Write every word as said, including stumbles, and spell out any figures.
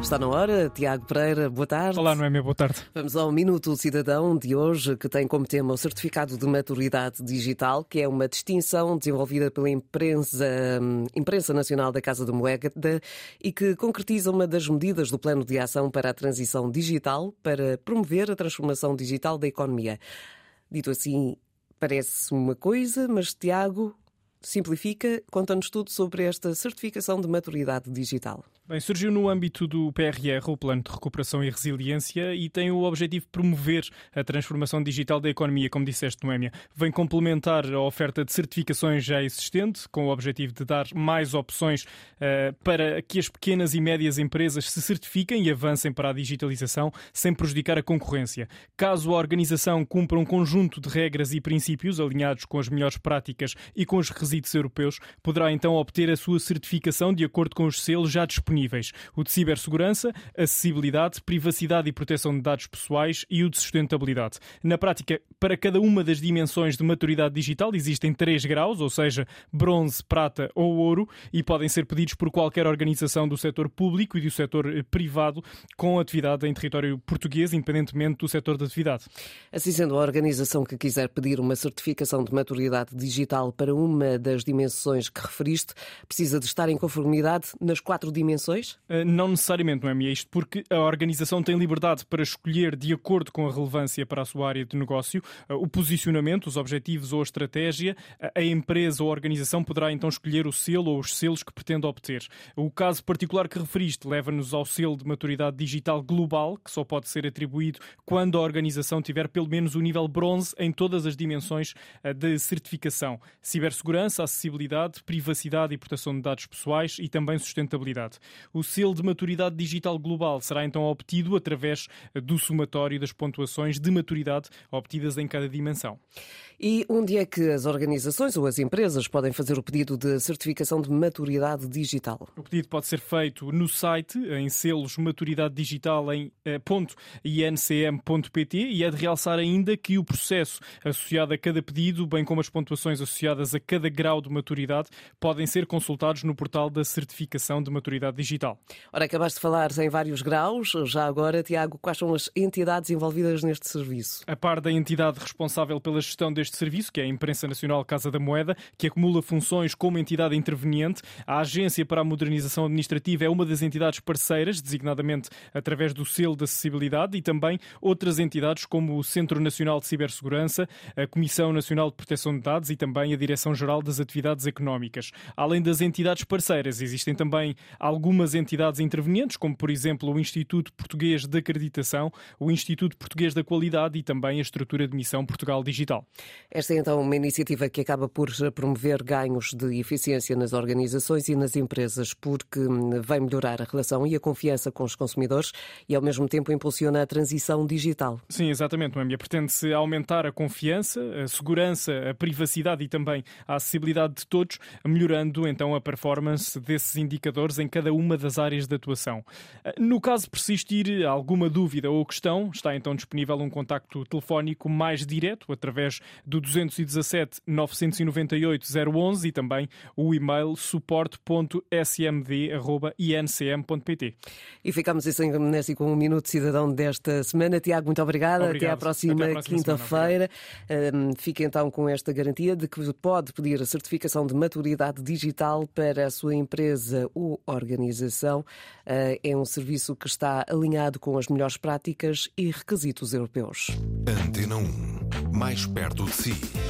Está na hora. Tiago Pereira, boa tarde. Olá, Noémia, boa tarde. Vamos ao Minuto Cidadão de hoje, que tem como tema o Certificado de Maturidade Digital, que é uma distinção desenvolvida pela Imprensa, Imprensa Nacional da Casa da Moeda e que concretiza uma das medidas do Plano de Ação para a Transição Digital para promover a transformação digital da economia. Dito assim, parece uma coisa, mas Tiago simplifica, conta-nos tudo sobre esta certificação de maturidade digital. Bem, surgiu no âmbito do P R R, o Plano de Recuperação e Resiliência, e tem o objetivo de promover a transformação digital da economia, como disseste, Noémia. Vem complementar a oferta de certificações já existente, com o objetivo de dar mais opções uh, para que as pequenas e médias empresas se certifiquem e avancem para a digitalização sem prejudicar a concorrência. Caso a organização cumpra um conjunto de regras e princípios alinhados com as melhores práticas e com os requisitos europeus, poderá então obter a sua certificação de acordo com os selos já disponíveis. O de cibersegurança, acessibilidade, privacidade e proteção de dados pessoais e o de sustentabilidade. Na prática, para cada uma das dimensões de maturidade digital existem três graus, ou seja, bronze, prata ou ouro, e podem ser pedidos por qualquer organização do setor público e do setor privado com atividade em território português, independentemente do setor de atividade. Assim sendo, a organização que quiser pedir uma certificação de maturidade digital para uma das dimensões que referiste, precisa de estar em conformidade nas quatro dimensões? Não necessariamente, não é, isto porque a organização tem liberdade para escolher, de acordo com a relevância para a sua área de negócio, o posicionamento, os objetivos ou a estratégia. A empresa ou a organização poderá então escolher o selo ou os selos que pretende obter. O caso particular que referiste leva-nos ao selo de maturidade digital global, que só pode ser atribuído quando a organização tiver pelo menos o nível bronze em todas as dimensões de certificação: cibersegurança, acessibilidade, privacidade e proteção de dados pessoais e também sustentabilidade. O selo de maturidade digital global será então obtido através do somatório das pontuações de maturidade obtidas em cada dimensão. E onde é que as organizações ou as empresas podem fazer o pedido de certificação de maturidade digital? O pedido pode ser feito no site, em selos maturidade digital em eh, .i n c m ponto p t, e é de realçar ainda que o processo associado a cada pedido, bem como as pontuações associadas a cada grau de maturidade, podem ser consultados no portal da certificação de maturidade digital. Digital. Ora, acabaste de falar em vários graus. Já agora, Tiago, quais são as entidades envolvidas neste serviço? A par da entidade responsável pela gestão deste serviço, que é a Imprensa Nacional Casa da Moeda, que acumula funções como entidade interveniente, a Agência para a Modernização Administrativa é uma das entidades parceiras, designadamente através do selo de acessibilidade, e também outras entidades como o Centro Nacional de Cibersegurança, a Comissão Nacional de Proteção de Dados e também a Direção-Geral das Atividades Económicas. Além das entidades parceiras, existem também algumas Algumas entidades intervenientes, como por exemplo o Instituto Português de Acreditação, o Instituto Português da Qualidade e também a Estrutura de Missão Portugal Digital. Esta é então uma iniciativa que acaba por promover ganhos de eficiência nas organizações e nas empresas, porque vai melhorar a relação e a confiança com os consumidores e ao mesmo tempo impulsiona a transição digital. Sim, exatamente, Noémia. Pretende-se aumentar a confiança, a segurança, a privacidade e também a acessibilidade de todos, melhorando então a performance desses indicadores em cada uma das áreas de atuação. No caso de persistir alguma dúvida ou questão, está então disponível um contacto telefónico mais direto através do dois um sete, nove nove oito, zero um um e também o e-mail suporte ponto s m d arroba i n c m ponto p t. E ficamos assim com o Minuto Cidadão desta semana. Tiago, muito obrigada. Obrigado. Até à próxima, próxima quinta-feira. Um, fique então com esta garantia de que pode pedir a certificação de maturidade digital para a sua empresa ou organização. É um serviço que está alinhado com as melhores práticas e requisitos europeus. Antena um, mais perto de si.